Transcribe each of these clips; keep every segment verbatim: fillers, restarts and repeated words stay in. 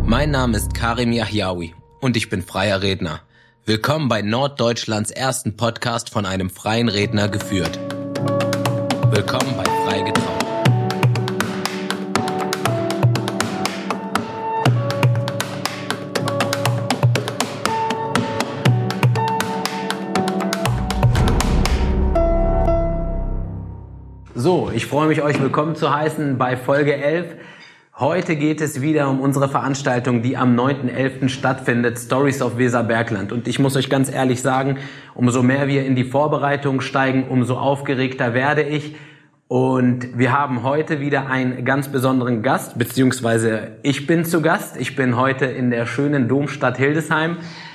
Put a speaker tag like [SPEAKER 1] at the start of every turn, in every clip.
[SPEAKER 1] Mein Name ist Karim Yahyaoui und ich bin freier Redner. Willkommen bei Norddeutschlands ersten Podcast von einem freien Redner geführt. Willkommen bei Frei getraut. So, ich freue mich, euch willkommen zu heißen bei Folge elf. Heute geht es wieder um unsere Veranstaltung, die am neunten elften stattfindet, Stories of Weserbergland. Und ich muss euch ganz ehrlich sagen, umso mehr wir in die Vorbereitung steigen, umso aufgeregter werde ich. Und wir haben heute wieder einen ganz besonderen Gast, beziehungsweise ich bin zu Gast. Ich bin heute in der schönen Domstadt Hildesheim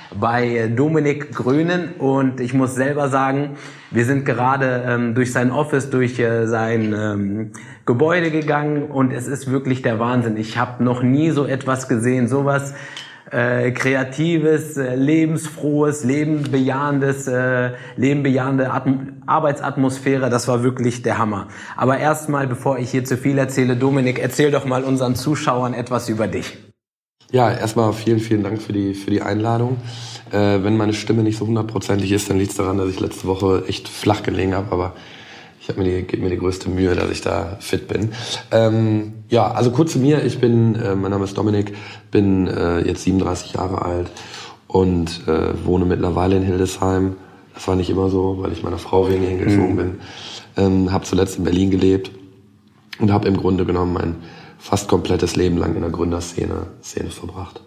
[SPEAKER 1] bei Dominik Grönen und ich muss selber sagen, wir sind gerade ähm, durch sein Office, durch äh, sein ähm, Gebäude gegangen und es ist wirklich der Wahnsinn. Ich habe noch nie so etwas gesehen, sowas äh, Kreatives, äh, lebensfrohes, lebenbejahendes, äh, lebenbejahende Atm- Arbeitsatmosphäre. Das war wirklich der Hammer. Aber erstmal, bevor ich hier zu viel erzähle, Dominik, erzähl doch mal unseren Zuschauern etwas über dich.
[SPEAKER 2] Ja, erstmal vielen, vielen Dank für die für die Einladung. Äh, wenn meine Stimme nicht so hundertprozentig ist, dann liegt es daran, dass ich letzte Woche echt flach gelegen habe, aber ich habe mir die gebe mir die größte Mühe, dass ich da fit bin. Ähm, ja, also kurz zu mir. Ich bin, äh, mein Name ist Dominik, bin äh, jetzt siebenunddreißig Jahre alt und äh, wohne mittlerweile in Hildesheim. Das war nicht immer so, weil ich meiner Frau wegen hingezogen mhm. bin. Ähm, habe zuletzt in Berlin gelebt und habe im Grunde genommen mein fast komplettes Leben lang in der Gründerszene Szene verbracht.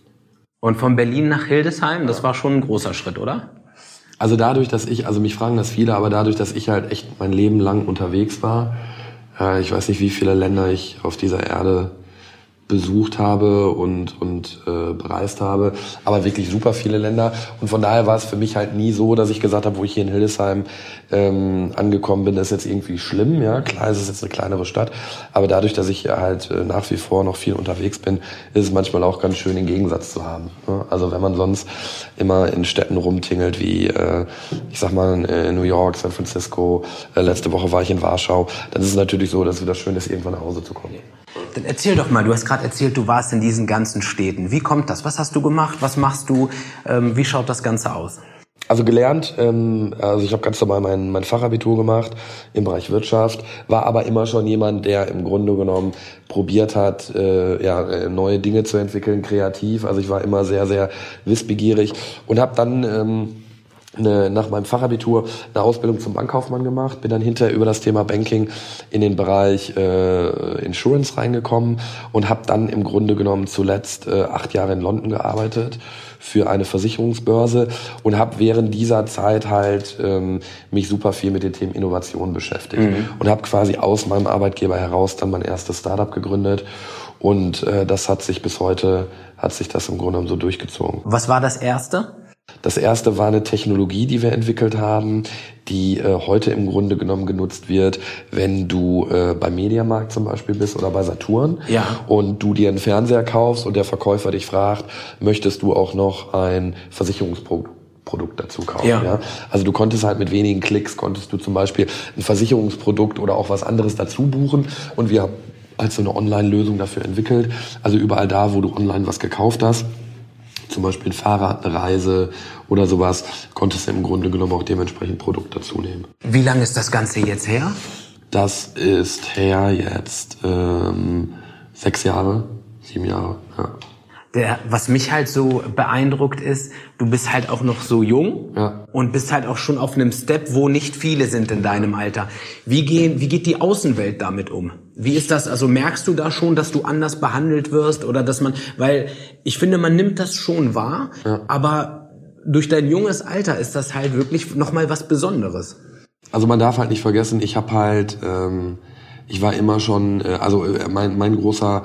[SPEAKER 1] Und von Berlin nach Hildesheim, das war schon ein großer Schritt, oder?
[SPEAKER 2] Also dadurch, dass ich, also mich fragen das viele, aber dadurch, dass ich halt echt mein Leben lang unterwegs war, äh, ich weiß nicht, wie viele Länder ich auf dieser Erde besucht habe und und äh, bereist habe, aber wirklich super viele Länder. Und von daher war es für mich halt nie so, dass ich gesagt habe, wo ich hier in Hildesheim ähm, angekommen bin, ist jetzt irgendwie schlimm. Ja, klar, es ist jetzt eine kleinere Stadt, aber dadurch, dass ich hier halt äh, nach wie vor noch viel unterwegs bin, ist es manchmal auch ganz schön, den Gegensatz zu haben. Ne? Also wenn man sonst immer in Städten rumtingelt, wie äh, ich sag mal in New York, San Francisco, äh, letzte Woche war ich in Warschau, dann ist es natürlich so, dass es wieder schön ist, irgendwann nach Hause zu kommen.
[SPEAKER 1] Dann erzähl doch mal, du hast gerade erzählt, du warst in diesen ganzen Städten. Wie kommt das? Was hast du gemacht? Was machst du? Ähm, wie schaut das Ganze aus?
[SPEAKER 2] Also gelernt, ähm, also ich habe ganz normal mein, mein Fachabitur gemacht im Bereich Wirtschaft, war aber immer schon jemand, der im Grunde genommen probiert hat, äh, ja, neue Dinge zu entwickeln, kreativ. Also ich war immer sehr, sehr wissbegierig und habe dann ähm, Eine, nach meinem Fachabitur eine Ausbildung zum Bankkaufmann gemacht, bin dann hinterher über das Thema Banking in den Bereich äh, Insurance reingekommen und habe dann im Grunde genommen zuletzt äh, acht Jahre in London gearbeitet für eine Versicherungsbörse und habe während dieser Zeit halt ähm, mich super viel mit den Themen Innovation beschäftigt mhm. und habe quasi aus meinem Arbeitgeber heraus dann mein erstes Startup gegründet und äh, das hat sich bis heute, hat sich das im Grunde genommen so durchgezogen.
[SPEAKER 1] Was war das erste?
[SPEAKER 2] Das erste war eine Technologie, die wir entwickelt haben, die äh, heute im Grunde genommen genutzt wird, wenn du äh, beim Mediamarkt zum Beispiel bist oder bei Saturn
[SPEAKER 1] ja.
[SPEAKER 2] und du dir einen Fernseher kaufst und der Verkäufer dich fragt, möchtest du auch noch ein Versicherungsprodukt dazu kaufen?
[SPEAKER 1] Ja.
[SPEAKER 2] Ja? Also du konntest halt mit wenigen Klicks, konntest du zum Beispiel ein Versicherungsprodukt oder auch was anderes dazu buchen und wir haben halt so eine Online-Lösung dafür entwickelt. Also überall da, wo du online was gekauft hast, zum Beispiel ein Fahrrad, eine Reise oder sowas, konntest du im Grunde genommen auch dementsprechend Produkt dazu nehmen.
[SPEAKER 1] Wie lange ist das Ganze jetzt her?
[SPEAKER 2] Das ist her jetzt ähm, sechs Jahre, sieben Jahre, ja.
[SPEAKER 1] Der, was mich halt so beeindruckt ist, du bist halt auch noch so jung
[SPEAKER 2] ja.
[SPEAKER 1] und bist halt auch schon auf einem Step, wo nicht viele sind in deinem Alter. Wie gehen, wie geht die Außenwelt damit um? Wie ist das? Also merkst du da schon, dass du anders behandelt wirst oder dass man, weil ich finde, man nimmt das schon wahr, ja. aber durch dein junges Alter ist das halt wirklich nochmal was Besonderes.
[SPEAKER 2] Also man darf halt nicht vergessen, ich habe halt, ähm, ich war immer schon, äh, also äh, mein, mein großer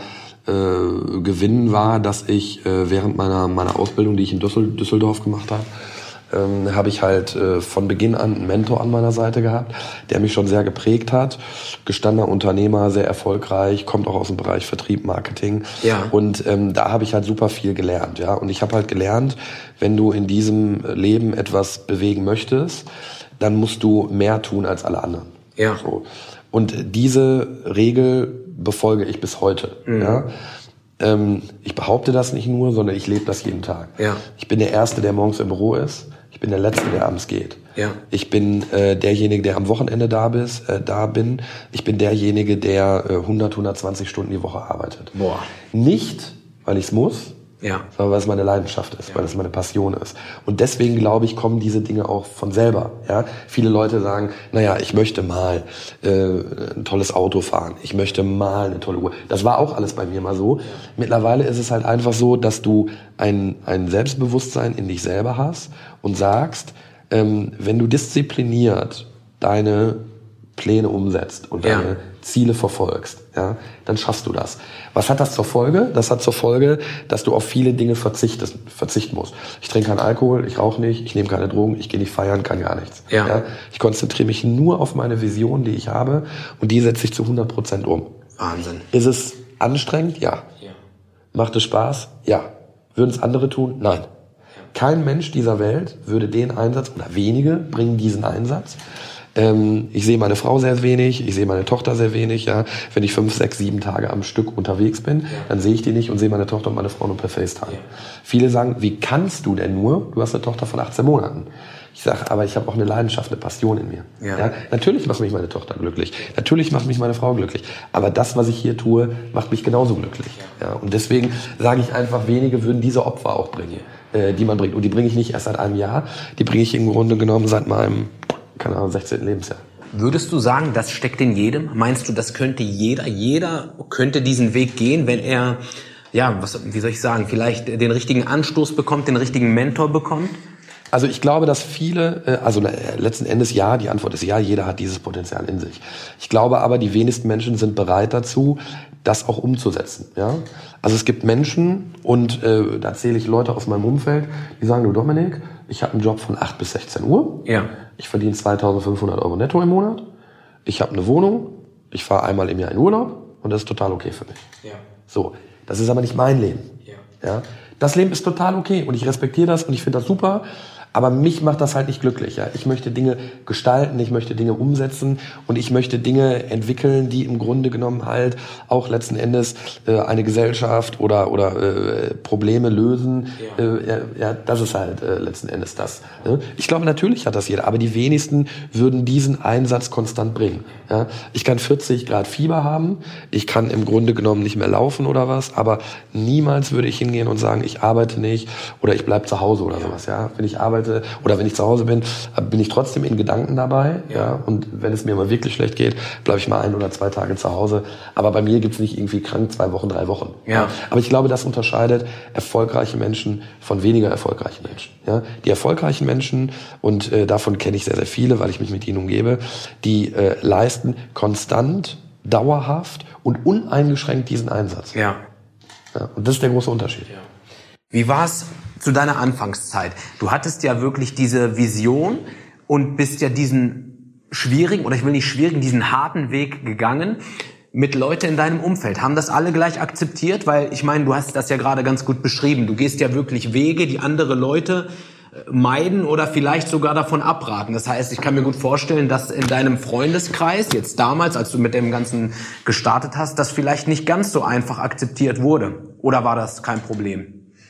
[SPEAKER 2] Äh, Gewinn war, dass ich äh, während meiner meiner Ausbildung, die ich in Düssel, Düsseldorf gemacht habe, ähm, habe ich halt äh, von Beginn an einen Mentor an meiner Seite gehabt, der mich schon sehr geprägt hat. Gestandener Unternehmer, sehr erfolgreich, kommt auch aus dem Bereich Vertrieb, Marketing.
[SPEAKER 1] Ja.
[SPEAKER 2] Und ähm, da habe ich halt super viel gelernt, ja. Und ich habe halt gelernt, wenn du in diesem Leben etwas bewegen möchtest, dann musst du mehr tun als alle anderen.
[SPEAKER 1] Ja.
[SPEAKER 2] So. Und diese Regel befolge ich bis heute. Mhm. Ja? ähm, ich behaupte das nicht nur, sondern ich lebe das jeden Tag.
[SPEAKER 1] Ja.
[SPEAKER 2] Ich bin der Erste, der morgens im Büro ist. Ich bin der Letzte, der abends geht.
[SPEAKER 1] Ja.
[SPEAKER 2] Ich bin äh, derjenige, der am Wochenende da, bist, äh, da bin. Ich bin derjenige, der äh, hundert, hundertzwanzig Stunden die Woche arbeitet.
[SPEAKER 1] Boah.
[SPEAKER 2] Nicht, weil ich es muss,
[SPEAKER 1] ja.
[SPEAKER 2] sondern weil es meine Leidenschaft ist, ja. weil es meine Passion ist. Und deswegen, glaube ich, kommen diese Dinge auch von selber. Ja? Viele Leute sagen, naja, ich möchte mal äh, ein tolles Auto fahren. Ich möchte mal eine tolle Uhr. Das war auch alles bei mir mal so. Ja. Mittlerweile ist es halt einfach so, dass du ein, ein Selbstbewusstsein in dich selber hast und sagst, ähm, wenn du diszipliniert deine Pläne umsetzt und deine ja. Ziele verfolgst, ja, dann schaffst du das. Was hat das zur Folge? Das hat zur Folge, dass du auf viele Dinge verzichtest, verzichten musst. Ich trinke keinen Alkohol, ich rauche nicht, ich nehme keine Drogen, ich gehe nicht feiern, kann gar nichts.
[SPEAKER 1] Ja.
[SPEAKER 2] Ja. Ich konzentriere mich nur auf meine Vision, die ich habe, und die setze ich zu hundert Prozent um.
[SPEAKER 1] Wahnsinn.
[SPEAKER 2] Ist es anstrengend? Ja. Ja. Macht es Spaß? Ja. Würden es andere tun? Nein. Ja. Kein Mensch dieser Welt würde den Einsatz, oder wenige bringen diesen Einsatz. Ich sehe meine Frau sehr wenig, ich sehe meine Tochter sehr wenig. Ja, wenn ich fünf, sechs, sieben Tage am Stück unterwegs bin, ja. dann sehe ich die nicht und sehe meine Tochter und meine Frau nur per FaceTime. Ja. Viele sagen, wie kannst du denn nur? Du hast eine Tochter von achtzehn Monaten. Ich sage, aber ich habe auch eine Leidenschaft, eine Passion in mir. Ja. Ja, natürlich macht mich meine Tochter glücklich, natürlich macht mich meine Frau glücklich. Aber das, was ich hier tue, macht mich genauso glücklich. Ja, und deswegen sage ich einfach, wenige würden diese Opfer auch bringen, äh, die man bringt. Und die bringe ich nicht erst seit einem Jahr, die bringe ich im Grunde genommen seit meinem keine Ahnung, sechzehnten Lebensjahr.
[SPEAKER 1] Würdest du sagen, das steckt in jedem? Meinst du, das könnte jeder, jeder könnte diesen Weg gehen, wenn er, ja, was, wie soll ich sagen, vielleicht den richtigen Anstoß bekommt, den richtigen Mentor bekommt?
[SPEAKER 2] Also ich glaube, dass viele, also letzten Endes ja, die Antwort ist ja, jeder hat dieses Potenzial in sich. Ich glaube aber, die wenigsten Menschen sind bereit dazu, das auch umzusetzen. Ja? Also es gibt Menschen, und äh, da zähle ich Leute aus meinem Umfeld, die sagen, du Dominik, ich habe einen Job von acht bis sechzehn Uhr.
[SPEAKER 1] Ja.
[SPEAKER 2] Ich verdiene zweitausendfünfhundert Euro netto im Monat. Ich habe eine Wohnung. Ich fahre einmal im Jahr in Urlaub. Und das ist total okay für mich.
[SPEAKER 1] Ja.
[SPEAKER 2] So, das ist aber nicht mein Leben. Ja. Ja? Das Leben ist total okay. Und ich respektiere das und ich finde das super. Aber mich macht das halt nicht glücklich. Ja? Ich möchte Dinge gestalten, ich möchte Dinge umsetzen und ich möchte Dinge entwickeln, die im Grunde genommen halt auch letzten Endes äh, eine Gesellschaft oder oder äh, Probleme lösen. Ja. Äh, ja, das ist halt äh, letzten Endes das. Ne? Ich glaube, natürlich hat das jeder, aber die wenigsten würden diesen Einsatz konstant bringen. Ja? Ich kann vierzig Grad Fieber haben, ich kann im Grunde genommen nicht mehr laufen oder was, aber niemals würde ich hingehen und sagen, ich arbeite nicht oder ich bleib zu Hause oder ja. sowas. Ja? Wenn ich arbeite oder wenn ich zu Hause bin, bin ich trotzdem in Gedanken dabei. Ja. Ja, und wenn es mir mal wirklich schlecht geht, bleibe ich mal ein oder zwei Tage zu Hause. Aber bei mir gibt's nicht irgendwie krank zwei Wochen, drei Wochen.
[SPEAKER 1] Ja.
[SPEAKER 2] Aber ich glaube, das unterscheidet erfolgreiche Menschen von weniger erfolgreichen Menschen. Ja, die erfolgreichen Menschen, und äh, davon kenne ich sehr, sehr viele, weil ich mich mit ihnen umgebe, die äh, leisten konstant, dauerhaft und uneingeschränkt diesen Einsatz.
[SPEAKER 1] Ja.
[SPEAKER 2] Ja, und das ist der große Unterschied.
[SPEAKER 1] Ja. Wie war's zu deiner Anfangszeit? Du hattest ja wirklich diese Vision und bist ja diesen schwierigen, oder ich will nicht schwierigen, diesen harten Weg gegangen mit Leuten in deinem Umfeld. Haben das alle gleich akzeptiert? Weil ich meine, du hast das ja gerade ganz gut beschrieben. Du gehst ja wirklich Wege, die andere Leute meiden oder vielleicht sogar davon abraten. Das heißt, ich kann mir gut vorstellen, dass in deinem Freundeskreis, jetzt damals, als du mit dem Ganzen gestartet hast, das vielleicht nicht ganz so einfach akzeptiert wurde. Oder war das kein Problem?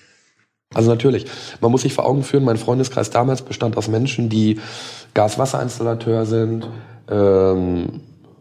[SPEAKER 2] Also natürlich, man muss sich vor Augen führen, mein Freundeskreis damals bestand aus Menschen, die Gas-Wasser-Installateur sind, ähm,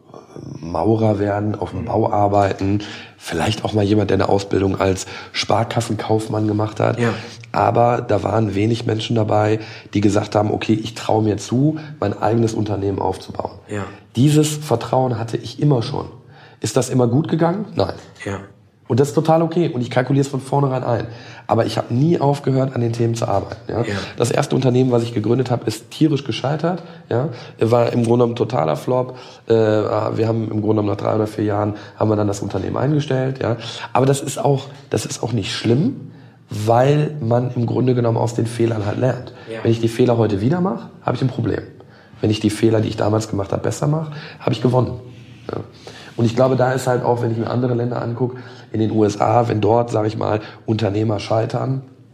[SPEAKER 2] Maurer werden, auf dem Bau arbeiten, vielleicht auch mal jemand, der eine Ausbildung als Sparkassenkaufmann gemacht hat. Ja. Aber da waren wenig Menschen dabei, die gesagt haben, okay, ich traue mir zu, mein eigenes Unternehmen aufzubauen.
[SPEAKER 1] Ja.
[SPEAKER 2] Dieses Vertrauen hatte ich immer schon. Ist das immer gut gegangen? Nein.
[SPEAKER 1] Ja.
[SPEAKER 2] Und das ist total okay und ich kalkuliere es von vornherein ein. Aber ich habe nie aufgehört, an den Themen zu arbeiten. Ja? Ja. Das erste Unternehmen, was ich gegründet habe, ist tierisch gescheitert. Ja? War im Grunde genommen ein totaler Flop. Äh, wir haben im Grunde genommen nach drei oder vier Jahren haben wir dann das Unternehmen eingestellt. Ja? Aber das ist auch, das ist auch nicht schlimm, weil man im Grunde genommen aus den Fehlern halt lernt. Ja. Wenn ich die Fehler heute wieder mache, habe ich ein Problem. Wenn ich die Fehler, die ich damals gemacht habe, besser mache, habe ich gewonnen. Ja. Und ich glaube, da ist halt auch, wenn ich mir andere Länder angucke, in den U S A, wenn dort, sage ich mal, Unternehmer scheitern,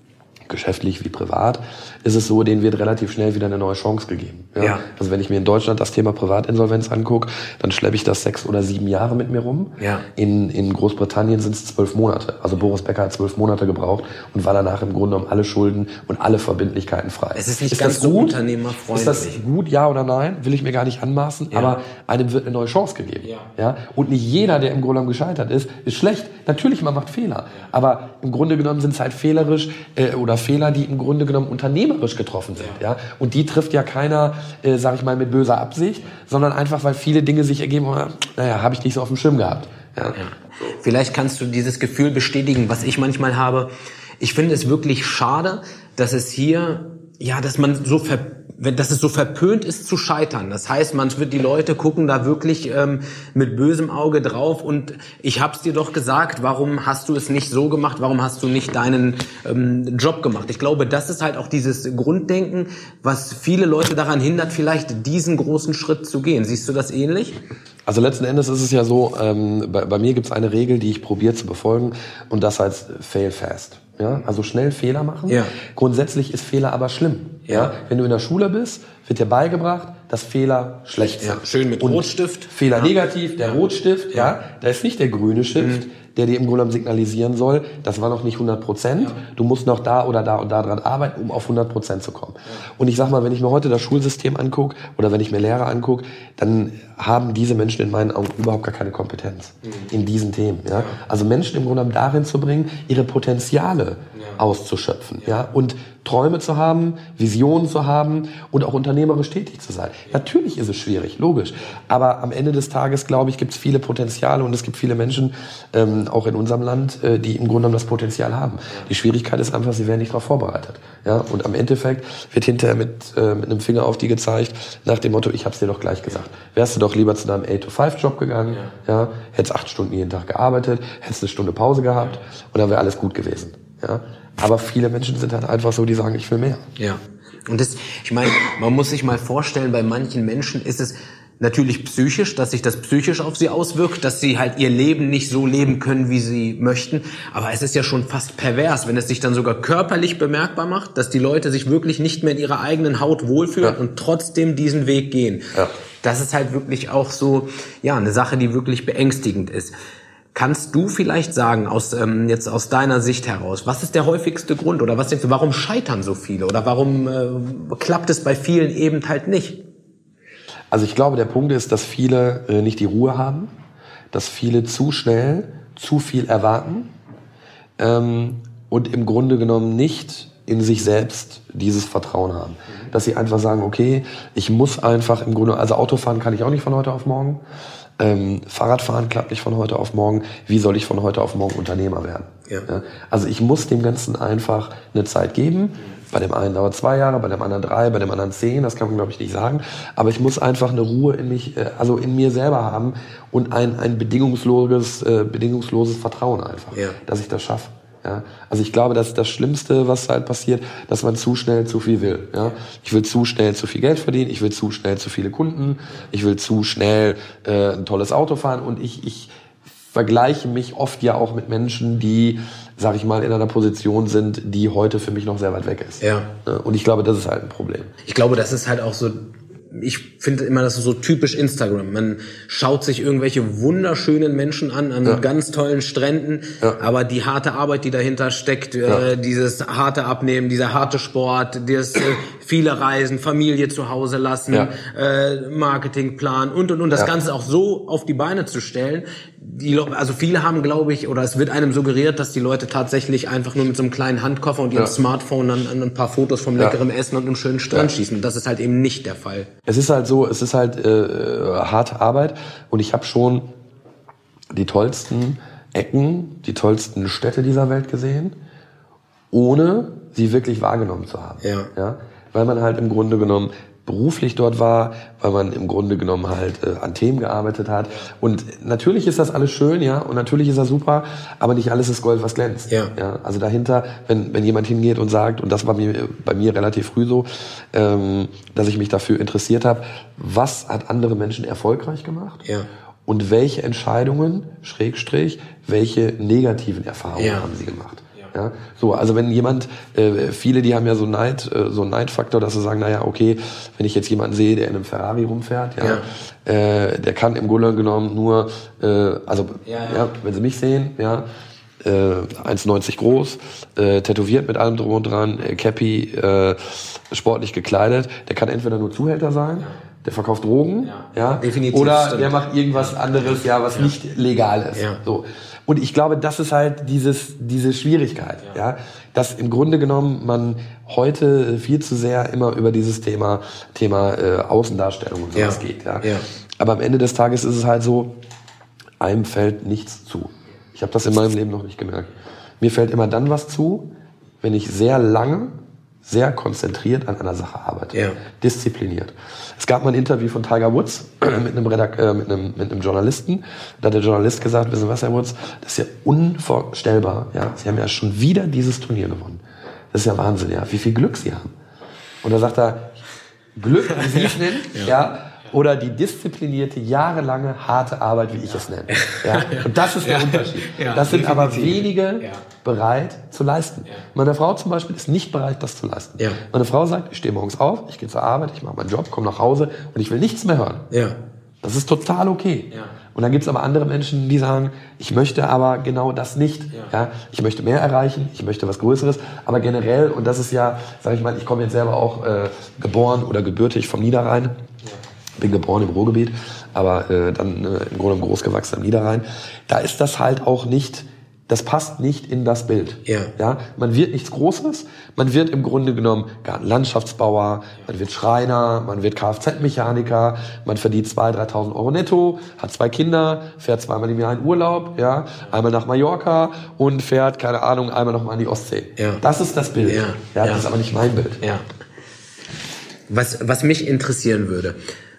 [SPEAKER 2] geschäftlich wie privat, ist es so, denen wird relativ schnell wieder eine neue Chance gegeben. Ja? Ja. Also wenn ich mir in Deutschland das Thema Privatinsolvenz angucke, dann schleppe ich das sechs oder sieben Jahre mit mir rum. Ja. In, in Großbritannien sind es zwölf Monate. Also Boris Becker hat zwölf Monate gebraucht und war danach im Grunde um alle Schulden und alle Verbindlichkeiten frei.
[SPEAKER 1] Es ist nicht ist ganz so unternehmerfreundlich.
[SPEAKER 2] Ist das gut, ja oder nein? Will ich mir gar nicht anmaßen. Ja. Aber einem wird eine neue Chance gegeben. Ja. Ja? Und nicht jeder, der im Grunde genommen gescheitert ist, ist schlecht. Natürlich, man macht Fehler. Aber im Grunde genommen sind es halt fehlerisch äh, oder Fehler, die im Grunde genommen unternehmerisch getroffen sind. Ja. Ja? Und die trifft ja keiner, äh, sag ich mal, mit böser Absicht, sondern einfach, weil viele Dinge sich ergeben, und, naja, habe ich nicht so auf dem Schirm gehabt. Ja. Ja.
[SPEAKER 1] Vielleicht kannst du dieses Gefühl bestätigen, was ich manchmal habe. Ich finde es wirklich schade, dass es hier, ja, dass man so ver dass es so verpönt ist zu scheitern. Das heißt, man wird die Leute gucken da wirklich ähm, mit bösem Auge drauf und ich hab's dir doch gesagt, warum hast du es nicht so gemacht, warum hast du nicht deinen ähm, Job gemacht? Ich glaube, das ist halt auch dieses Grunddenken, was viele Leute daran hindert, vielleicht diesen großen Schritt zu gehen. Siehst du das ähnlich?
[SPEAKER 2] Also letzten Endes ist es ja so, ähm, bei, bei mir gibt's eine Regel, die ich probiere zu befolgen und das heißt fail fast. Ja, also schnell Fehler machen. Ja. Grundsätzlich ist Fehler aber schlimm. Ja. Ja. Wenn du in der Schule bist, wird dir beigebracht, dass Fehler schlecht sind.
[SPEAKER 1] Ja, schön mit und Rotstift.
[SPEAKER 2] Fehler ja. negativ, der ja. Rotstift, ja. ja, da ist nicht der grüne Stift, mhm. der dir im Grunde genommen signalisieren soll, das war noch nicht hundert Prozent, ja. du musst noch da oder da und da dran arbeiten, um auf hundert Prozent zu kommen. Ja. Und ich sag mal, wenn ich mir heute das Schulsystem angucke oder wenn ich mir Lehrer angucke, dann haben diese Menschen in meinen Augen überhaupt gar keine Kompetenz mhm. in diesen Themen. Ja? Ja. Also Menschen im Grunde genommen darin zu bringen, ihre Potenziale ja. auszuschöpfen, ja. ja, und Träume zu haben, Visionen zu haben und auch unternehmerisch tätig zu sein. Ja. Natürlich ist es schwierig, logisch. Aber am Ende des Tages, glaube ich, gibt es viele Potenziale und es gibt viele Menschen, ähm, auch in unserem Land, äh, die im Grunde genommen das Potenzial haben. Ja. Die Schwierigkeit ist einfach, sie werden nicht darauf vorbereitet. Ja? Und am Endeffekt wird hinterher mit, äh, mit einem Finger auf die gezeigt, nach dem Motto, ich hab's dir doch gleich gesagt. Wärst du doch lieber zu deinem eight to five Job gegangen, ja. Ja? Hättest acht Stunden jeden Tag gearbeitet, hättest eine Stunde Pause gehabt und dann wäre alles gut gewesen. Ja? Aber viele Menschen sind halt einfach so, die sagen, ich will mehr.
[SPEAKER 1] Ja. Und das, ich meine, man muss sich mal vorstellen, bei manchen Menschen ist es natürlich psychisch, dass sich das psychisch auf sie auswirkt, dass sie halt ihr Leben nicht so leben können, wie sie möchten. Aber es ist ja schon fast pervers, wenn es sich dann sogar körperlich bemerkbar macht, dass die Leute sich wirklich nicht mehr in ihrer eigenen Haut wohlfühlen ja. und trotzdem diesen Weg gehen. Ja. Das ist halt wirklich auch so, ja, eine Sache, die wirklich beängstigend ist. Kannst du vielleicht sagen, aus ähm, jetzt aus deiner Sicht heraus, was ist der häufigste Grund oder was denkst du, warum scheitern so viele oder warum äh, klappt es bei vielen eben halt nicht?
[SPEAKER 2] Also ich glaube, der Punkt ist, dass viele äh, nicht die Ruhe haben, dass viele zu schnell zu viel erwarten ähm, und im Grunde genommen nicht in sich selbst dieses Vertrauen haben. Dass sie einfach sagen, okay, ich muss einfach im Grunde, also Autofahren kann ich auch nicht von heute auf morgen. Ähm, Fahrradfahren klappt nicht von heute auf morgen. Wie soll ich von heute auf morgen Unternehmer werden? Ja. Ja, also ich muss dem Ganzen einfach eine Zeit geben. Bei dem einen dauert zwei Jahre, bei dem anderen drei, bei dem anderen zehn. Das kann man, glaube ich, nicht sagen. Aber ich muss einfach eine Ruhe in mich, also in mir selber haben und ein, ein bedingungsloses, äh, bedingungsloses Vertrauen einfach, ja. dass ich das schaffe. Ja, also ich glaube, das ist das Schlimmste, was halt passiert, dass man zu schnell zu viel will. Ja, ich will zu schnell zu viel Geld verdienen, ich will zu schnell zu viele Kunden, ich will zu schnell äh, ein tolles Auto fahren und ich, ich vergleiche mich oft ja auch mit Menschen, die, sag ich mal, in einer Position sind, die heute für mich noch sehr weit weg ist. Ja. Und ich glaube, das ist halt ein Problem.
[SPEAKER 1] Ich glaube, das ist halt auch so. Ich finde immer, das ist so typisch Instagram. Man schaut sich irgendwelche wunderschönen Menschen an, an ja. ganz tollen Stränden, ja. aber die harte Arbeit, die dahinter steckt, ja. äh, dieses harte Abnehmen, dieser harte Sport, das äh, viele Reisen, Familie zu Hause lassen, ja. äh, Marketingplan und und und, das ja. Ganze auch so auf die Beine zu stellen. Die, also viele haben, glaube ich, oder es wird einem suggeriert, dass die Leute tatsächlich einfach nur mit so einem kleinen Handkoffer und ihrem ja. Smartphone dann an ein paar Fotos vom leckeren ja. Essen und einem schönen Strand ja. schießen. Und das ist halt eben nicht der Fall.
[SPEAKER 2] Es ist halt so, es ist halt äh, harte Arbeit und ich habe schon die tollsten Ecken, die tollsten Städte dieser Welt gesehen, ohne sie wirklich wahrgenommen zu haben. Ja. Ja? Weil man halt im Grunde genommen beruflich dort war, weil man im Grunde genommen halt äh, an Themen gearbeitet hat. Und natürlich ist das alles schön, ja, und natürlich ist das super, aber nicht alles ist Gold, was glänzt. Ja. Ja, also dahinter, wenn wenn jemand hingeht und sagt, und das war mir, bei mir relativ früh so, ähm, dass ich mich dafür interessiert habe, was hat andere Menschen erfolgreich gemacht? Ja. Und welche Entscheidungen, Schrägstrich, welche negativen Erfahrungen ja. haben sie gemacht? Ja. Ja, so, also wenn jemand, äh, viele, die haben ja so Neid, äh, so einen Neidfaktor, dass sie sagen, naja, okay, wenn ich jetzt jemanden sehe, der in einem Ferrari rumfährt, ja, ja. Äh, der kann im Grunde genommen nur, äh, also, ja, ja. ja, wenn sie mich sehen, ja, äh, eins neunzig groß, äh, tätowiert mit allem drum und dran, äh, Cappy, äh, sportlich gekleidet, der kann entweder nur Zuhälter sein, ja. der verkauft Drogen, ja, ja definitiv, oder stimmt. der macht irgendwas anderes, ja, was ja. nicht legal ist. Ja. So. Und ich glaube, das ist halt dieses, diese Schwierigkeit, ja. ja, dass im Grunde genommen man heute viel zu sehr immer über dieses Thema, Thema äh, Außendarstellung und sowas ja. geht, ja. ja. Aber am Ende des Tages ist es halt so, einem fällt nichts zu. Ich habe das in meinem Leben noch nicht gemerkt. Mir fällt immer dann was zu, wenn ich sehr lange, sehr konzentriert an einer Sache arbeite. Ja. Diszipliniert. Es gab mal ein Interview von Tiger Woods mit einem, Redak- äh, mit einem, mit einem Journalisten. Da hat der Journalist gesagt, wissen Sie was, Herr Woods, das ist ja unvorstellbar. Ja? Sie haben ja schon wieder dieses Turnier gewonnen. Das ist ja Wahnsinn, ja, wie viel Glück Sie haben. Und da sagt er, Glück, wie Sie es nennen, ja. ja, oder die disziplinierte, jahrelange, harte Arbeit, wie ich ja. es nenne. Ja? Und das ist der ja. Unterschied. Ja. Das sind aber wenige ja. bereit zu leisten. Ja. Meine Frau zum Beispiel ist nicht bereit, das zu leisten. Ja. Meine Frau sagt, ich stehe morgens auf, ich gehe zur Arbeit, ich mache meinen Job, komme nach Hause und ich will nichts mehr hören. Ja. Das ist total okay. Ja. Und dann gibt es aber andere Menschen, die sagen, ich möchte aber genau das nicht. Ja. Ja, ich möchte mehr erreichen, ich möchte was Größeres. Aber generell, und das ist ja, sag ich mal, ich komme jetzt selber auch äh, geboren oder gebürtig vom Niederrhein. Ja. Bin geboren im Ruhrgebiet, aber äh, dann äh, im Grunde groß gewachsen am Niederrhein. Da ist das halt auch nicht, das passt nicht in das Bild. Ja. Ja, man wird nichts Großes, man wird im Grunde genommen Gartenlandschaftsbauer, man wird Schreiner, man wird Kfz-Mechaniker, man verdient zweitausend, dreitausend Euro netto, hat zwei Kinder, fährt zweimal im Jahr in Urlaub, ja, einmal nach Mallorca und fährt, keine Ahnung, einmal nochmal an die Ostsee. Ja. Das ist das Bild. Ja. Ja, das ja. ist aber nicht mein Bild.
[SPEAKER 1] Ja. Was, was mich interessieren würde,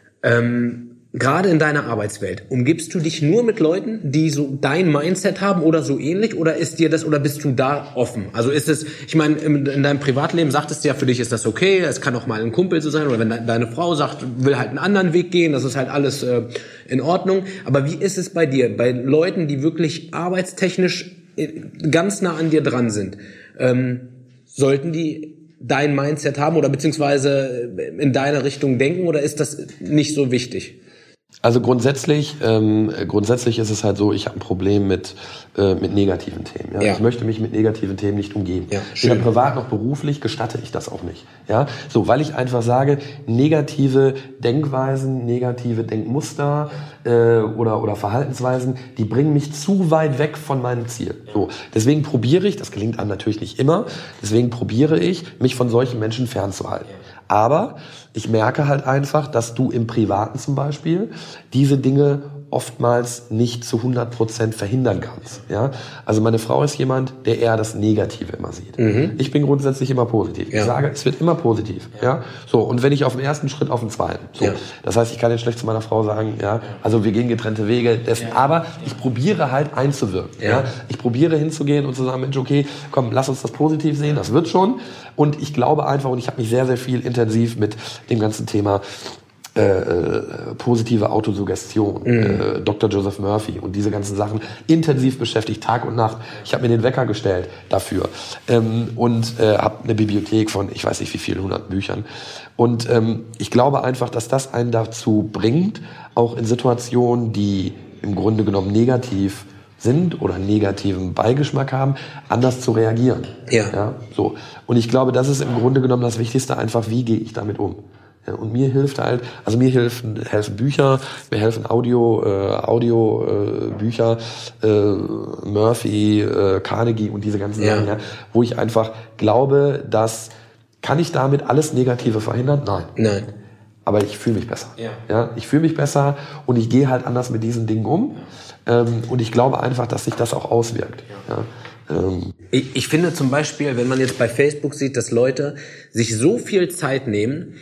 [SPEAKER 1] ähm, gerade in deiner Arbeitswelt, umgibst du dich nur mit Leuten, die so dein Mindset haben oder so ähnlich, oder ist dir das, oder bist du da offen? Also ist es, ich meine, in, in deinem Privatleben sagtest du ja, für dich ist das okay, es kann auch mal ein Kumpel so sein, oder wenn de, deine Frau sagt, will halt einen anderen Weg gehen, das ist halt alles äh, in Ordnung. Aber wie ist es bei dir, bei Leuten, die wirklich arbeitstechnisch ganz nah an dir dran sind? Ähm, sollten die dein Mindset haben oder beziehungsweise in deine Richtung denken, oder ist das nicht so wichtig?
[SPEAKER 2] Also grundsätzlich, ähm, grundsätzlich ist es halt so, ich habe ein Problem mit äh, mit negativen Themen. Ja? Ja. Ich möchte mich mit negativen Themen nicht umgeben. Ja, weder privat noch beruflich gestatte ich das auch nicht. Ja, so, weil ich einfach sage, negative Denkweisen, negative Denkmuster äh, oder oder Verhaltensweisen, die bringen mich zu weit weg von meinem Ziel. So, deswegen probiere ich, das gelingt einem natürlich nicht immer, deswegen probiere ich, mich von solchen Menschen fernzuhalten. Aber ich merke halt einfach, dass du im Privaten zum Beispiel diese Dinge oftmals nicht zu hundert Prozent verhindern kannst. Ja? Also meine Frau ist jemand, der eher das Negative immer sieht. Mhm. Ich bin grundsätzlich immer positiv. Ja. Ich sage, es wird immer positiv. Ja. Ja? So, und wenn ich auf dem ersten Schritt, auf den zweiten. So. Ja. Das heißt, ich kann jetzt schlecht zu meiner Frau sagen, ja, also wir gehen getrennte Wege. Dessen, ja. Aber ich probiere halt einzuwirken. Ja. Ja? Ich probiere hinzugehen und zu sagen, Mensch, okay, komm, lass uns das positiv sehen, das wird schon. Und ich glaube einfach, und ich habe mich sehr, sehr viel intensiv mit dem ganzen Thema Äh, äh, positive Autosuggestion, mhm. äh, Doktor Joseph Murphy und diese ganzen Sachen intensiv beschäftigt, Tag und Nacht. Ich habe mir den Wecker gestellt dafür ähm, und äh, habe eine Bibliothek von, ich weiß nicht wie vielen hundert Büchern. Und ähm, ich glaube einfach, dass das einen dazu bringt, auch in Situationen, die im Grunde genommen negativ sind oder einen negativen Beigeschmack haben, anders zu reagieren. Ja. Ja, so. Und ich glaube, das ist im Grunde genommen das Wichtigste, einfach, wie gehe ich damit um? Ja, und mir hilft halt, also mir helfen, helfen Bücher, mir helfen Audio, äh, Audio äh, Bücher, äh, Murphy, äh, Carnegie und diese ganzen ja. Sachen, ja, wo ich einfach glaube, dass, kann ich damit alles Negative verhindern? Nein. Nein. Aber ich fühle mich besser. Ja. Ja, ich fühle mich besser und ich gehe halt anders mit diesen Dingen um. Ja. Ähm, und ich glaube einfach, dass sich das auch auswirkt. Ja. Ja.
[SPEAKER 1] Ähm. Ich, ich finde zum Beispiel, wenn man jetzt bei Facebook sieht, dass Leute sich so viel Zeit nehmen,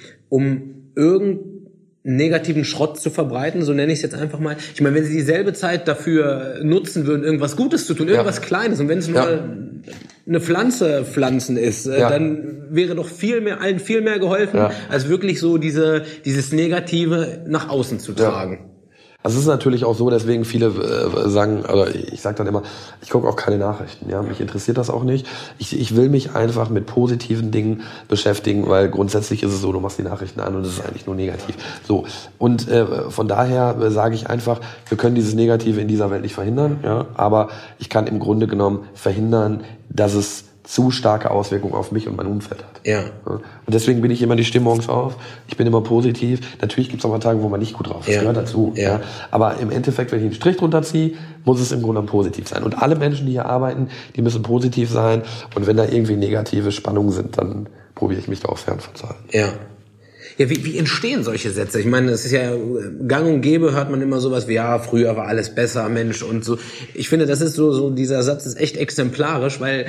[SPEAKER 1] um irgendeinen negativen Schrott zu verbreiten, so nenne ich es jetzt einfach mal. Ich meine, wenn sie dieselbe Zeit dafür nutzen würden, irgendwas Gutes zu tun, irgendwas ja. Kleines, und wenn es nur ja. eine Pflanze pflanzen ist, ja. dann wäre doch viel mehr, allen viel mehr geholfen, ja. als wirklich so diese dieses Negative nach außen zu tragen.
[SPEAKER 2] Ja. Also es ist natürlich auch so, deswegen viele äh, sagen, oder ich sage dann immer, ich gucke auch keine Nachrichten, ja, mich interessiert das auch nicht. Ich, ich will mich einfach mit positiven Dingen beschäftigen, weil grundsätzlich ist es so, du machst die Nachrichten an und es ist eigentlich nur negativ. So, und äh, von daher äh, sage ich einfach, wir können dieses Negative in dieser Welt nicht verhindern, ja, aber ich kann im Grunde genommen verhindern, dass es zu starke Auswirkungen auf mich und mein Umfeld hat.
[SPEAKER 1] Ja.
[SPEAKER 2] Und deswegen bin ich immer, ich stehe morgens auf, ich bin immer positiv. Natürlich gibt es auch mal Tage, wo man nicht gut drauf ist, das
[SPEAKER 1] ja.
[SPEAKER 2] gehört dazu.
[SPEAKER 1] Ja.
[SPEAKER 2] Ja. Aber im Endeffekt, wenn ich einen Strich drunter ziehe, muss es im Grunde genommen positiv sein. Und alle Menschen, die hier arbeiten, die müssen positiv sein. Und wenn da irgendwie negative Spannungen sind, dann probiere ich mich da auch fern von zu halten.
[SPEAKER 1] Ja. Ja, wie, wie entstehen solche Sätze? Ich meine, es ist ja gang und gäbe, hört man immer sowas wie, ja, früher war alles besser, Mensch, und so. Ich finde, das ist so, so dieser Satz ist echt exemplarisch, weil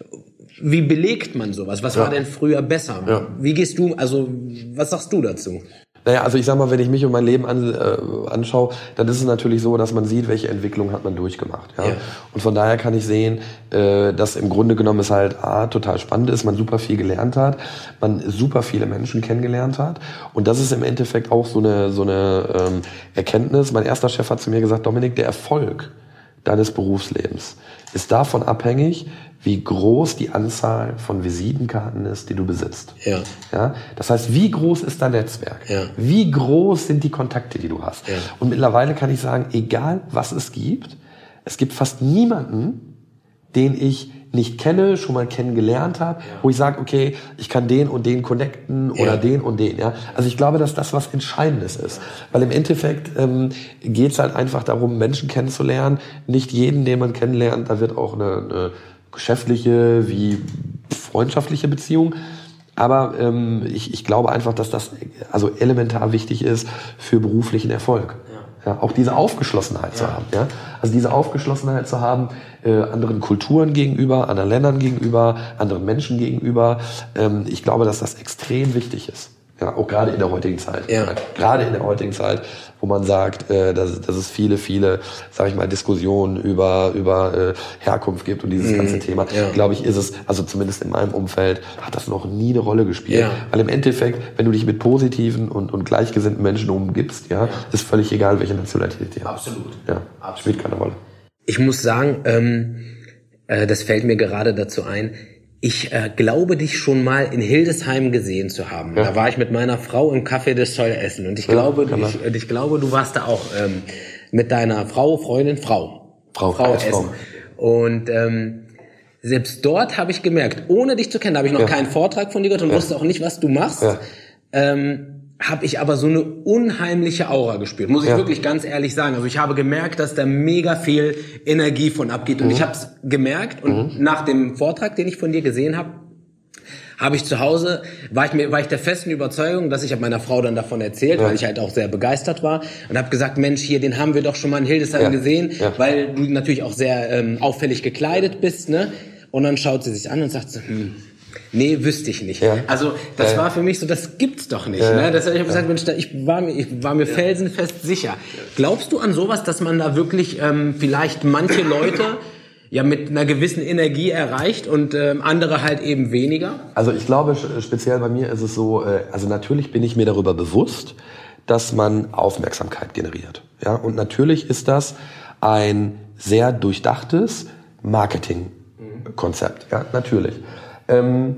[SPEAKER 1] wie belegt man sowas? Was ja. war denn früher besser? Ja. Wie gehst du, also was sagst du dazu?
[SPEAKER 2] Naja, also ich sag mal, wenn ich mich und mein Leben an, äh, anschaue, dann ist es natürlich so, dass man sieht, welche Entwicklung hat man durchgemacht. Ja? Ja. Und von daher kann ich sehen, äh, dass im Grunde genommen es halt A, total spannend ist, man super viel gelernt hat, man super viele Menschen kennengelernt hat. Und das ist im Endeffekt auch so eine, so eine ähm, Erkenntnis. Mein erster Chef hat zu mir gesagt, Dominik, der Erfolg deines Berufslebens ist davon abhängig, wie groß die Anzahl von Visitenkarten ist, die du besitzt.
[SPEAKER 1] Ja.
[SPEAKER 2] Ja? Das heißt, wie groß ist dein Netzwerk?
[SPEAKER 1] Ja.
[SPEAKER 2] Wie groß sind die Kontakte, die du hast?
[SPEAKER 1] Ja.
[SPEAKER 2] Und mittlerweile kann ich sagen, egal was es gibt, es gibt fast niemanden, den ich nicht kenne, schon mal kennengelernt habe, ja. wo ich sage, okay, ich kann den und den connecten oder ja. den und den. Ja? Also ich glaube, dass das was Entscheidendes ist. Weil im Endeffekt ähm, geht es halt einfach darum, Menschen kennenzulernen. Nicht jeden, den man kennenlernt, da wird auch eine, eine geschäftliche wie freundschaftliche Beziehung. Aber ähm, ich, ich glaube einfach, dass das also elementar wichtig ist für beruflichen Erfolg. Ja. Ja, auch diese Aufgeschlossenheit ja. zu haben. Ja? Also diese Aufgeschlossenheit zu haben, äh, anderen Kulturen gegenüber, anderen Ländern gegenüber, anderen Menschen gegenüber. Ähm, ich glaube, dass das extrem wichtig ist. Ja, auch gerade in der heutigen Zeit.
[SPEAKER 1] Ja.
[SPEAKER 2] Gerade in der heutigen Zeit, wo man sagt, äh, dass, dass es viele, viele, sag ich mal, Diskussionen über über äh, Herkunft gibt und dieses mhm. ganze Thema. Ja. Glaube ich, ist es, also zumindest in meinem Umfeld, hat das noch nie eine Rolle gespielt. Ja. Weil im Endeffekt, wenn du dich mit positiven und, und gleichgesinnten Menschen umgibst, ja, ja, ist völlig egal, welche Nationalität die haben.
[SPEAKER 1] Absolut.
[SPEAKER 2] Ja, Absolut. Spielt keine Rolle.
[SPEAKER 1] Ich muss sagen, ähm, äh, das fällt mir gerade dazu ein. Ich äh, glaube, dich schon mal in Hildesheim gesehen zu haben. Ja. Da war ich mit meiner Frau im Café des Soll essen. Und ich, ja, glaube, ich, ich glaube, du warst da auch ähm, mit deiner Frau, Freundin, Frau.
[SPEAKER 2] Frau,
[SPEAKER 1] Frau essen. Frau. Und ähm, selbst dort habe ich gemerkt, ohne dich zu kennen, da habe ich noch ja. keinen Vortrag von dir gehört und ja. wusste auch nicht, was du machst. Ja. Ähm, habe ich aber so eine unheimliche Aura gespürt, muss ich ja. wirklich ganz ehrlich sagen. Also ich habe gemerkt, dass da mega viel Energie von abgeht. Und mhm. ich habe es gemerkt und mhm. nach dem Vortrag, den ich von dir gesehen habe, habe ich zu Hause, war ich mir, war ich der festen Überzeugung, dass ich habe meiner Frau dann davon erzählt, ja. weil ich halt auch sehr begeistert war und habe gesagt, Mensch, hier, den haben wir doch schon mal in Hildesheim ja. gesehen, ja. weil du natürlich auch sehr ähm, auffällig gekleidet bist, ne? Und dann schaut sie sich an und sagt so, hm, nee, wüsste ich nicht. Ja. Also das ja. war für mich so, das gibt's doch nicht. Ja. Ne? Das, ich habe gesagt, Mensch, ich war mir, ich war mir ja. felsenfest sicher. Glaubst du an sowas, dass man da wirklich ähm, vielleicht manche Leute ja mit einer gewissen Energie erreicht und ähm, andere halt eben weniger?
[SPEAKER 2] Also ich glaube, speziell bei mir ist es so, äh, also natürlich bin ich mir darüber bewusst, dass man Aufmerksamkeit generiert. Ja? Und natürlich ist das ein sehr durchdachtes Marketingkonzept. Ja, natürlich. Ähm,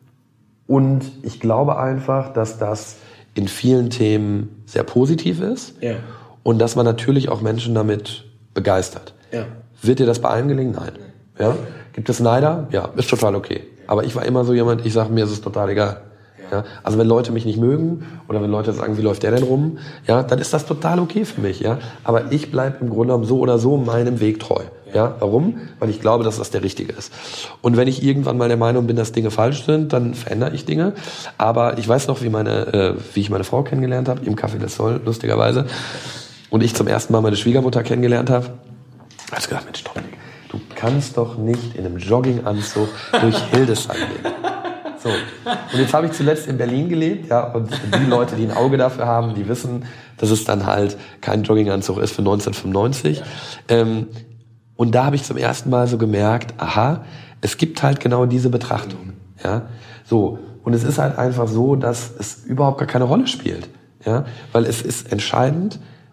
[SPEAKER 2] und ich glaube einfach, dass das in vielen Themen sehr positiv ist
[SPEAKER 1] ja.
[SPEAKER 2] und dass man natürlich auch Menschen damit begeistert.
[SPEAKER 1] Ja.
[SPEAKER 2] Wird dir das bei allen gelingen? Nein. Ja? Gibt es Neider? Ja, ist total okay. Aber ich war immer so jemand, ich sage, mir ist es total egal. Ja? Also wenn Leute mich nicht mögen oder wenn Leute sagen, wie läuft der denn rum, ja, dann ist das total okay für mich. Ja? Aber ich bleibe im Grunde genommen so oder so meinem Weg treu. Ja, warum? Weil ich glaube, dass das der richtige ist. Und wenn ich irgendwann mal der Meinung bin, dass Dinge falsch sind, dann verändere ich Dinge. Aber ich weiß noch, wie meine, äh, wie ich meine Frau kennengelernt habe, im Café des Soll, lustigerweise. Und ich zum ersten Mal meine Schwiegermutter kennengelernt habe. Da habe ich gedacht, Mensch, Dominik, du kannst doch nicht in einem Jogginganzug durch Hildesheim gehen. So. Und jetzt habe ich zuletzt in Berlin gelebt, ja, und die Leute, die ein Auge dafür haben, die wissen, dass es dann halt kein Jogginganzug ist für neunzehnhundertfünfundneunzig. Ähm, Und da habe ich zum ersten Mal so gemerkt, aha, es gibt halt genau diese Betrachtung, ja, so. Und es ist halt einfach so, dass es überhaupt gar keine Rolle spielt, ja, weil es ist entscheidend,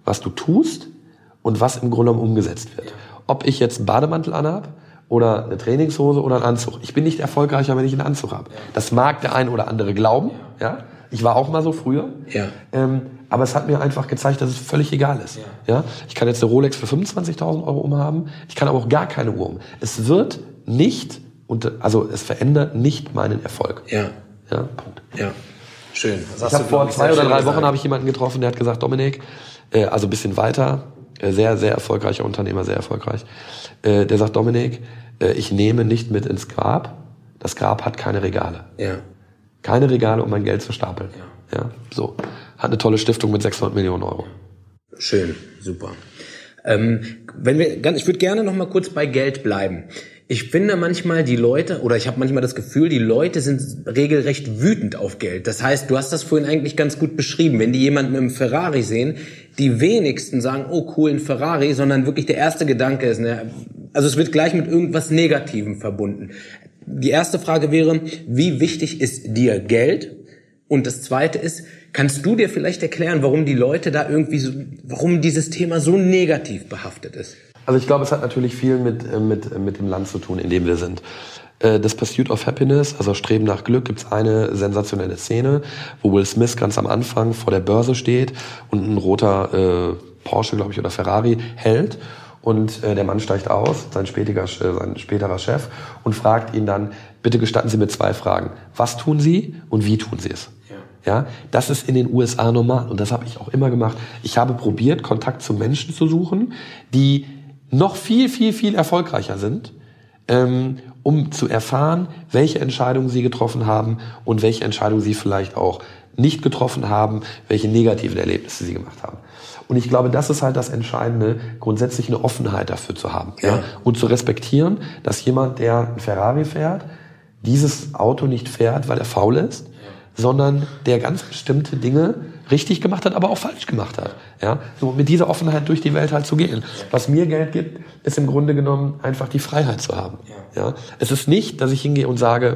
[SPEAKER 2] was du tust und was im Grunde genommen umgesetzt wird. Ob ich jetzt einen Bademantel anhab oder eine Trainingshose oder einen Anzug. Ich bin nicht erfolgreicher, wenn ich einen Anzug habe. Das mag der eine oder andere glauben. Ja, ich war auch mal so früher. Ja. Ähm, aber es hat mir einfach gezeigt, dass es völlig egal ist. Ja. Ja? Ich kann jetzt eine Rolex für fünfundzwanzigtausend Euro umhaben. Ich kann aber auch gar keine Uhr um. Es wird nicht, also es verändert nicht meinen Erfolg.
[SPEAKER 1] Ja.
[SPEAKER 2] Ja, Punkt.
[SPEAKER 1] Ja. Schön.
[SPEAKER 2] Das ich habe vor zwei oder drei Wochen habe ich jemanden getroffen, der hat gesagt, Dominik, äh, also ein bisschen weiter, äh, sehr, sehr erfolgreicher Unternehmer, sehr erfolgreich. Äh, der sagt, Dominik, äh, ich nehme nicht mit ins Grab. Das Grab hat keine Regale.
[SPEAKER 1] Ja.
[SPEAKER 2] Keine Regale, um mein Geld zu stapeln. Ja. Ja, so. Hat eine tolle Stiftung mit sechshundert Millionen Euro.
[SPEAKER 1] Schön, super. Ähm, wenn wir, ich würde gerne noch mal kurz bei Geld bleiben. Ich finde manchmal die Leute, oder ich habe manchmal das Gefühl, die Leute sind regelrecht wütend auf Geld. Das heißt, du hast das vorhin eigentlich ganz gut beschrieben. Wenn die jemanden mit einem Ferrari sehen, die wenigsten sagen, oh cool, ein Ferrari, sondern wirklich der erste Gedanke ist, ne, also es wird gleich mit irgendwas Negativem verbunden. Die erste Frage wäre, wie wichtig ist dir Geld? Und das zweite ist, kannst du dir vielleicht erklären, warum die Leute da irgendwie so, warum dieses Thema so negativ behaftet ist?
[SPEAKER 2] Also ich glaube, es hat natürlich viel mit, mit, mit dem Land zu tun, in dem wir sind. Das Pursuit of Happiness, also Streben nach Glück, gibt es eine sensationelle Szene, wo Will Smith ganz am Anfang vor der Börse steht und ein roter äh, Porsche, glaube ich, oder Ferrari hält. Und äh, der Mann steigt aus, sein spätiger, sein späterer Chef, und fragt ihn dann, bitte gestatten Sie mir zwei Fragen. Was tun Sie und wie tun Sie es? Ja. Ja, das ist in den U S A normal und das habe ich auch immer gemacht. Ich habe probiert, Kontakt zu Menschen zu suchen, die noch viel, viel, viel erfolgreicher sind, ähm, um zu erfahren, welche Entscheidungen sie getroffen haben und welche Entscheidungen sie vielleicht auch nicht getroffen haben, welche negativen Erlebnisse sie gemacht haben. Und ich glaube, das ist halt das Entscheidende, grundsätzlich eine Offenheit dafür zu haben. Ja. Ja? Und zu respektieren, dass jemand, der ein Ferrari fährt, dieses Auto nicht fährt, weil er faul ist, ja, sondern der ganz bestimmte Dinge richtig gemacht hat, aber auch falsch gemacht hat. Ja? So mit dieser Offenheit durch die Welt halt zu gehen. Was mir Geld gibt, ist im Grunde genommen einfach die Freiheit zu haben. Ja? Ja? Es ist nicht, dass ich hingehe und sage,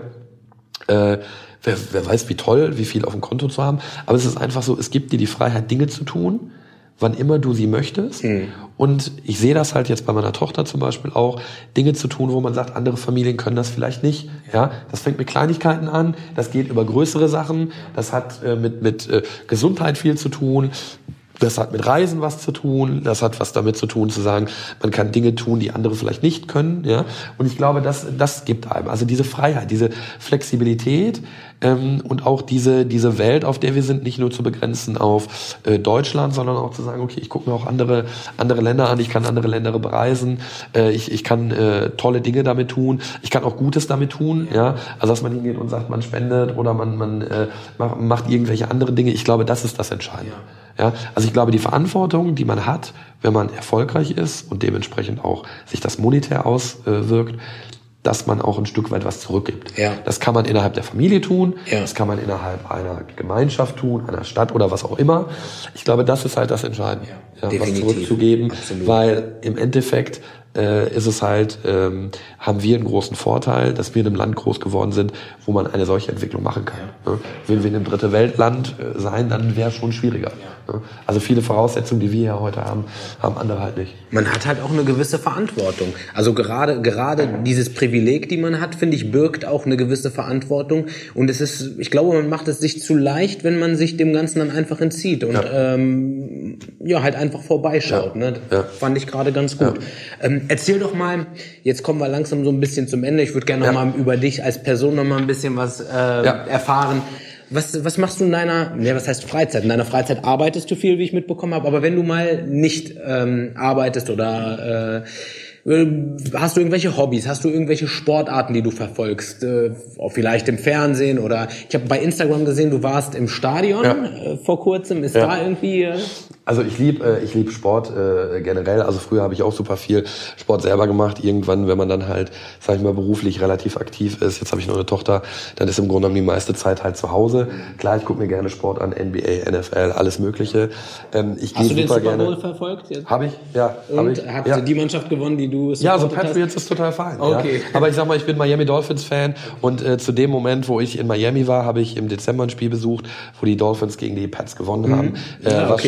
[SPEAKER 2] äh, wer, wer weiß, wie toll, wie viel auf dem Konto zu haben, aber es ist einfach so, es gibt dir die Freiheit, Dinge zu tun, wann immer du sie möchtest. Mhm. Und ich sehe das halt jetzt bei meiner Tochter zum Beispiel auch, Dinge zu tun, wo man sagt, andere Familien können das vielleicht nicht. Ja, das fängt mit Kleinigkeiten an, das geht über größere Sachen, das hat äh, mit, mit äh, Gesundheit viel zu tun. Das hat mit Reisen was zu tun, das hat was damit zu tun, zu sagen, man kann Dinge tun, die andere vielleicht nicht können, ja. Und ich glaube, das, das gibt einem, also diese Freiheit, diese Flexibilität, ähm, und auch diese, diese Welt, auf der wir sind, nicht nur zu begrenzen auf äh, Deutschland, sondern auch zu sagen, okay, ich gucke mir auch andere, andere Länder an, ich kann andere Länder bereisen, äh, ich, ich kann äh, tolle Dinge damit tun, ich kann auch Gutes damit tun, ja. Also, dass man hingeht und sagt, man spendet oder man, man äh, macht, macht irgendwelche andere Dinge, ich glaube, das ist das Entscheidende. Ja. Ja, also ich glaube, die Verantwortung, die man hat, wenn man erfolgreich ist und dementsprechend auch sich das monetär auswirkt, dass man auch ein Stück weit was zurückgibt. Ja. Das kann man innerhalb der Familie tun, ja, das kann man innerhalb einer Gemeinschaft tun, einer Stadt oder was auch immer. Ich glaube, das ist halt das Entscheidende, ja, ja, was zurückzugeben, absolut, weil im Endeffekt äh, ist es halt, ähm, haben wir einen großen Vorteil, dass wir in einem Land groß geworden sind, wo man eine solche Entwicklung machen kann. Ja. Ne? Wenn wir in einem dritte Weltland äh, sein, dann wäre es schon schwieriger. Ja. Ne? Also viele Voraussetzungen, die wir hier heute haben, haben andere halt nicht.
[SPEAKER 1] Man hat halt auch eine gewisse Verantwortung. Also gerade gerade dieses Privileg, die man hat, finde ich, birgt auch eine gewisse Verantwortung. Und es ist, ich glaube, man macht es sich zu leicht, wenn man sich dem Ganzen dann einfach entzieht und ja, ähm, ja halt einfach vorbeischaut. Ja. Ne? Ja. Fand ich gerade ganz gut. Ja. Ähm, Erzähl doch mal, jetzt kommen wir langsam so ein bisschen zum Ende. Ich würde gerne noch ja. mal über dich als Person noch mal ein bisschen was äh, ja. erfahren. Was, was machst du in deiner, ja, was heißt Freizeit? In deiner Freizeit arbeitest du viel, wie ich mitbekommen habe, aber wenn du mal nicht ähm, arbeitest oder äh, hast du irgendwelche Hobbys? Hast du irgendwelche Sportarten, die du verfolgst? Äh, vielleicht im Fernsehen oder ich habe bei Instagram gesehen, du warst im Stadion ja. äh, vor kurzem. Ist ja. da irgendwie... Äh
[SPEAKER 2] Also ich liebe äh, ich lieb Sport äh, generell. Also früher habe ich auch super viel Sport selber gemacht. Irgendwann, wenn man dann halt, sag ich mal, beruflich relativ aktiv ist, jetzt habe ich noch eine Tochter, dann ist im Grunde genommen die meiste Zeit halt zu Hause. Klar, ich gucke mir gerne Sport an, N B A, N F L, alles Mögliche. Ähm, ich
[SPEAKER 1] Hast du den
[SPEAKER 2] super
[SPEAKER 1] Super Bowl
[SPEAKER 2] gerne.
[SPEAKER 1] verfolgt? Jetzt?
[SPEAKER 2] Habe ich, ja.
[SPEAKER 1] Und
[SPEAKER 2] hab ich,
[SPEAKER 1] hat
[SPEAKER 2] ja.
[SPEAKER 1] die Mannschaft gewonnen, die du
[SPEAKER 2] Ja, also Patriots hast? Ist total fein.
[SPEAKER 1] Okay.
[SPEAKER 2] Ja. Aber ich sag mal, ich bin Miami Dolphins Fan und äh, zu dem Moment, wo ich in Miami war, habe ich im Dezember ein Spiel besucht, wo die Dolphins gegen die Pats gewonnen haben. Mhm. Äh, ja, okay. Was schon historisch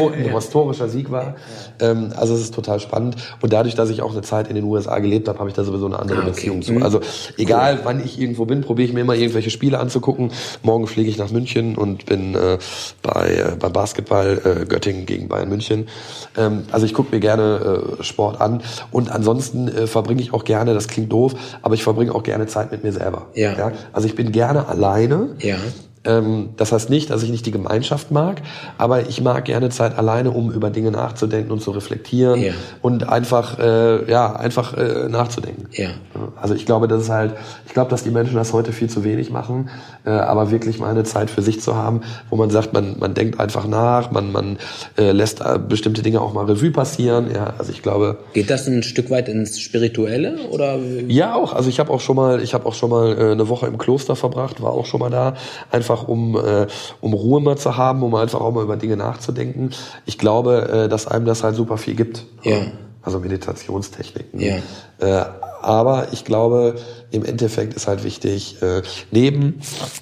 [SPEAKER 2] Histor- ein historischer Sieg war. Ähm, also es ist total spannend. Und dadurch, dass ich auch eine Zeit in den U S A gelebt habe, habe ich da sowieso eine andere ah, okay. Beziehung zu. Also egal, cool. wann ich irgendwo bin, probiere ich mir immer irgendwelche Spiele anzugucken. Morgen fliege ich nach München und bin äh, bei äh, beim Basketball äh, Göttingen gegen Bayern München. Ähm, also ich gucke mir gerne äh, Sport an. Und ansonsten äh, verbringe ich auch gerne, das klingt doof, aber ich verbringe auch gerne Zeit mit mir selber.
[SPEAKER 1] Ja.
[SPEAKER 2] Ja? Also ich bin gerne alleine.
[SPEAKER 1] Ja.
[SPEAKER 2] Ähm, das heißt nicht, dass ich nicht die Gemeinschaft mag, aber ich mag gerne Zeit alleine, um über Dinge nachzudenken und zu reflektieren
[SPEAKER 1] ja.
[SPEAKER 2] und einfach, äh, ja, einfach äh, nachzudenken.
[SPEAKER 1] Ja.
[SPEAKER 2] Also ich glaube, das ist halt, ich glaube, dass die Menschen das heute viel zu wenig machen, äh, aber wirklich mal eine Zeit für sich zu haben, wo man sagt, man, man denkt einfach nach, man, man äh, lässt äh, bestimmte Dinge auch mal Revue passieren. Ja, also ich glaube.
[SPEAKER 1] Geht das ein Stück weit ins Spirituelle oder?
[SPEAKER 2] Ja, auch. Also ich habe auch schon mal, ich habe auch schon mal äh, eine Woche im Kloster verbracht, war auch schon mal da, einfach um äh, um Ruhe mal zu haben, um einfach auch mal über Dinge nachzudenken. Ich glaube, äh, dass einem das halt super viel gibt.
[SPEAKER 1] Ja.
[SPEAKER 2] Also Meditationstechniken.
[SPEAKER 1] Ja.
[SPEAKER 2] Äh, aber ich glaube, im Endeffekt ist halt wichtig, äh, neben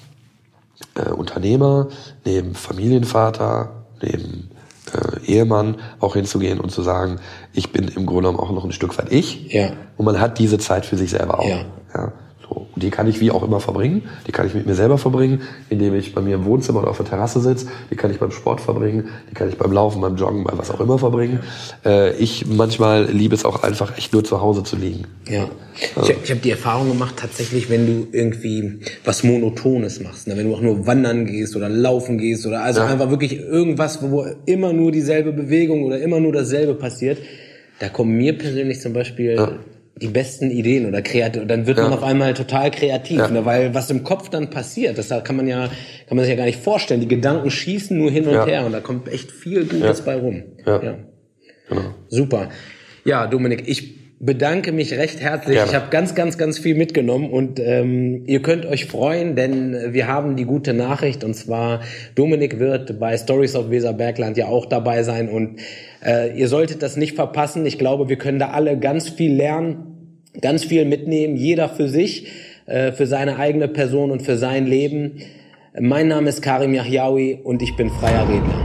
[SPEAKER 2] äh, Unternehmer, neben Familienvater, neben äh, Ehemann auch hinzugehen und zu sagen, ich bin im Grunde genommen auch noch ein Stück weit ich.
[SPEAKER 1] Ja.
[SPEAKER 2] Und man hat diese Zeit für sich selber auch.
[SPEAKER 1] Ja.
[SPEAKER 2] Ja. So. Und die kann ich wie auch immer verbringen. Die kann ich mit mir selber verbringen, indem ich bei mir im Wohnzimmer oder auf der Terrasse sitze. Die kann ich beim Sport verbringen. Die kann ich beim Laufen, beim Joggen, bei was auch immer verbringen. Äh, ich manchmal liebe es auch einfach, echt nur zu Hause zu liegen.
[SPEAKER 1] Ja. Ich, ich habe die Erfahrung gemacht, tatsächlich, wenn du irgendwie was Monotones machst, ne? Wenn du auch nur wandern gehst oder laufen gehst oder also ja. einfach wirklich irgendwas, wo immer nur dieselbe Bewegung oder immer nur dasselbe passiert, da kommen mir persönlich zum Beispiel ja. die besten Ideen oder kreativ, dann wird ja. man auf einmal total kreativ, ja. ne? Weil was im Kopf dann passiert, das kann man ja, kann man sich ja gar nicht vorstellen. Die Gedanken schießen nur hin und ja. her und da kommt echt viel Gutes ja. bei rum.
[SPEAKER 2] Ja. ja. Genau.
[SPEAKER 1] Super. Ja, Dominik, ich bedanke mich recht herzlich.
[SPEAKER 2] Gerne.
[SPEAKER 1] Ich habe ganz, ganz, ganz viel mitgenommen und ähm, ihr könnt euch freuen, denn wir haben die gute Nachricht und zwar Dominik wird bei Stories of Weserbergland ja auch dabei sein und äh, ihr solltet das nicht verpassen. Ich glaube, wir können da alle ganz viel lernen, ganz viel mitnehmen, jeder für sich, äh, für seine eigene Person und für sein Leben. Mein Name ist Karim Yahyaoui und ich bin freier Redner.